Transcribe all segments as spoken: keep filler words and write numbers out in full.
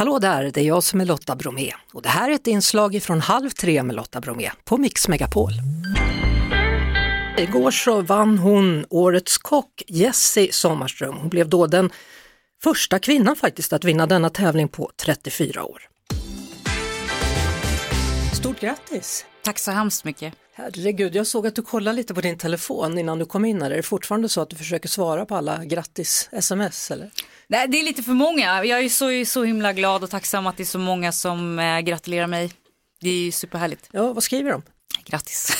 Hallå där, det är jag som är Lotta Bromé och det här är ett inslag från Halv tre med Lotta Bromé på Mix Megapol. Igår så vann hon Årets kock, Jessie Sommarström. Hon blev då den första kvinnan faktiskt att vinna denna tävling på trettiofyra år. Stort grattis! Tack så hemskt mycket. Herregud, jag såg att du kollade lite på din telefon innan du kom in här. Är det fortfarande så att du försöker svara på alla grattis-sms eller? Nej, det är lite för många. Jag är så, så himla glad och tacksam att det är så många som äh, gratulerar mig. Det är ju superhärligt. Ja, vad skriver de? Grattis.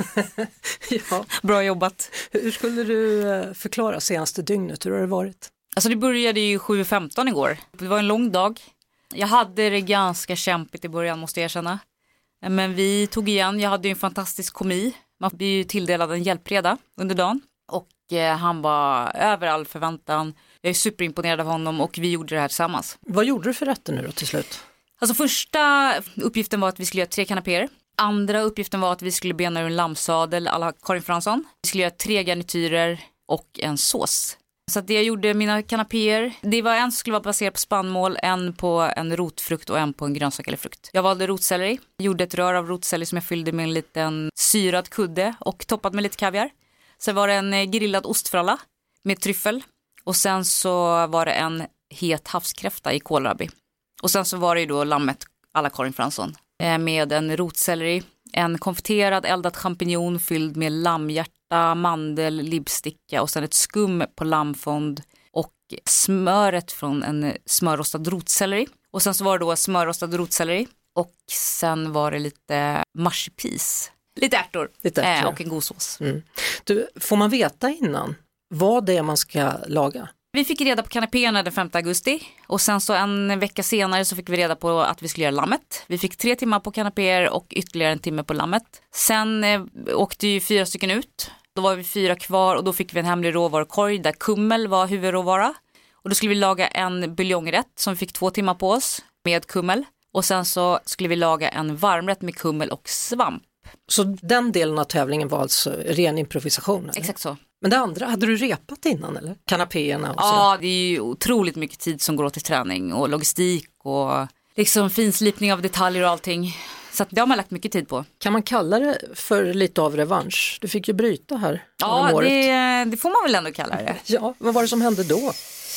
Ja. Bra jobbat. Hur skulle du förklara senaste dygnet? Hur har det varit? Alltså det började ju sju femton igår. Det var en lång dag. Jag hade det ganska kämpigt i början, måste jag erkänna. Men vi tog igen. Jag hade ju en fantastisk komi. Man blir ju tilldelad en hjälpreda under dagen. Och eh, han var över all förväntan. Jag är superimponerad av honom och vi gjorde det här tillsammans. Vad gjorde du för rätter nu då till slut? Alltså första uppgiften var att vi skulle göra tre kanapéer. Andra uppgiften var att vi skulle bena ur en lammsadel alla Karin Fransson. Vi skulle göra tre garnityrer och en sås. Så att det jag gjorde, mina kanapéer, det var en som skulle vara baserad på spannmål, en på en rotfrukt och en på en grönsak eller frukt. Jag valde rotselleri, gjorde ett rör av rotselleri som jag fyllde med en liten syrad kudde och toppad med lite kaviar. Sen var det en grillad ostfralla med tryffel och sen så var det en het havskräfta i kålrabi. Och sen så var det ju då lammet alla Karin Fransson med en rotselleri, en konfiterad eldad champinjon fylld med lammhjärta, mandel, libsticka och sen ett skum på lammfond och smöret från en smörrostad rotselleri. Och sen så var det då smörrostad rotselleri och sen var det lite marsipis, lite ärtor, lite ärtor. och en god sås. Mm. Du, får man veta innan vad det är man ska laga? Vi fick reda på kanapéerna den femte augusti och sen så en vecka senare så fick vi reda på att vi skulle göra lammet. Vi fick tre timmar på kanapéer och ytterligare en timme på lammet. Sen eh, åkte ju fyra stycken ut. Då var vi fyra kvar och då fick vi en hemlig råvarukorg där kummel var huvudråvara. Och då skulle vi laga en buljongrätt som vi fick två timmar på oss med kummel. Och sen så skulle vi laga en varmrätt med kummel och svamp. Så den delen av tävlingen var alltså ren improvisation? Eller? Exakt så. Men det andra, hade du repat innan eller? Kanapéerna och så? Ja, det är ju otroligt mycket tid som går åt till träning och logistik och liksom finslipning av detaljer och allting. Så att det har man lagt mycket tid på. Kan man kalla det för lite av revansch? Du fick ju bryta här. Ja, det, det får man väl ändå kalla det. Ja, vad var det som hände då?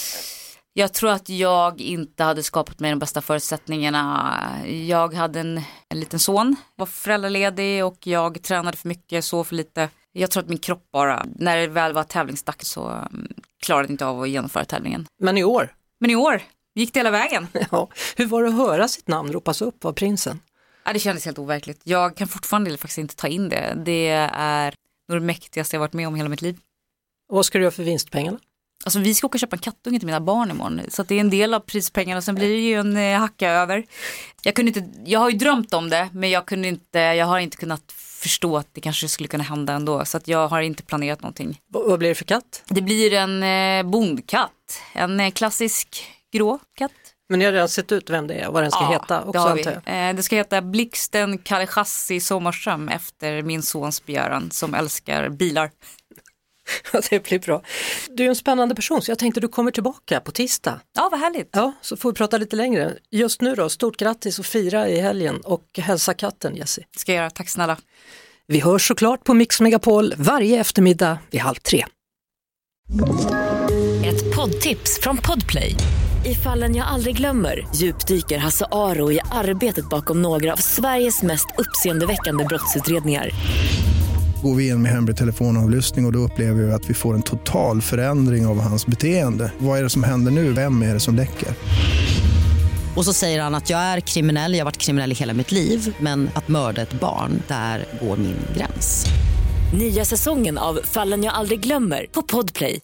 Jag tror att jag inte hade skapat mig de bästa förutsättningarna. Jag hade en, en liten son, var föräldraledig och jag tränade för mycket, sov för lite. Jag tror att min kropp bara, när det väl var tävlingsdags så um, klarade inte av att genomföra tävlingen. Men i år? Men i år gick det hela vägen. Ja. Hur var det att höra sitt namn ropas upp av prinsen? Ja, det kändes helt overkligt. Jag kan fortfarande faktiskt inte ta in det. Det är nog det mäktigaste jag varit med om hela mitt liv. Och vad ska du göra för vinstpengarna? Alltså vi ska åka och köpa en kattunge till mina barn imorgon. Så att det är en del av prispengarna. Sen blir det ju en eh, hacka över. Jag kunde inte, jag har ju drömt om det. Men jag kunde inte, jag har inte kunnat förstå att det kanske skulle kunna hända ändå. Så att jag har inte planerat någonting. V- vad blir det för katt? Det blir en eh, bondkatt. En eh, klassisk grå katt. Men ni har redan sett ut vem det är och vad den ska Ja, heta också, det har vi. antar jag. Eh, det ska heta Blixten Kalechassi Sommarström efter min sons begäran som älskar bilar. Ja, det blir bra. Du är en spännande person så jag tänkte du kommer tillbaka på tisdag. Ja, vad härligt. Ja, så får vi prata lite längre. Just nu då, stort grattis och fira i helgen och hälsa katten, Jessie. Det ska jag göra, tack snälla. Vi hörs såklart på Mix Megapol varje eftermiddag vid halv tre. Ett poddtips från Podplay. I Fallen jag aldrig glömmer djupdyker Hasse Aro i arbetet bakom några av Sveriges mest uppseendeväckande brottsutredningar. Går vi in med hemlig telefonavlyssning och, och då upplever vi att vi får en total förändring av hans beteende. Vad är det som händer nu? Vem är det som läcker? Och så säger han att jag är kriminell, jag har varit kriminell i hela mitt liv. Men att mörda ett barn, där går min gräns. Nya säsongen av Fallen jag aldrig glömmer på Podplay.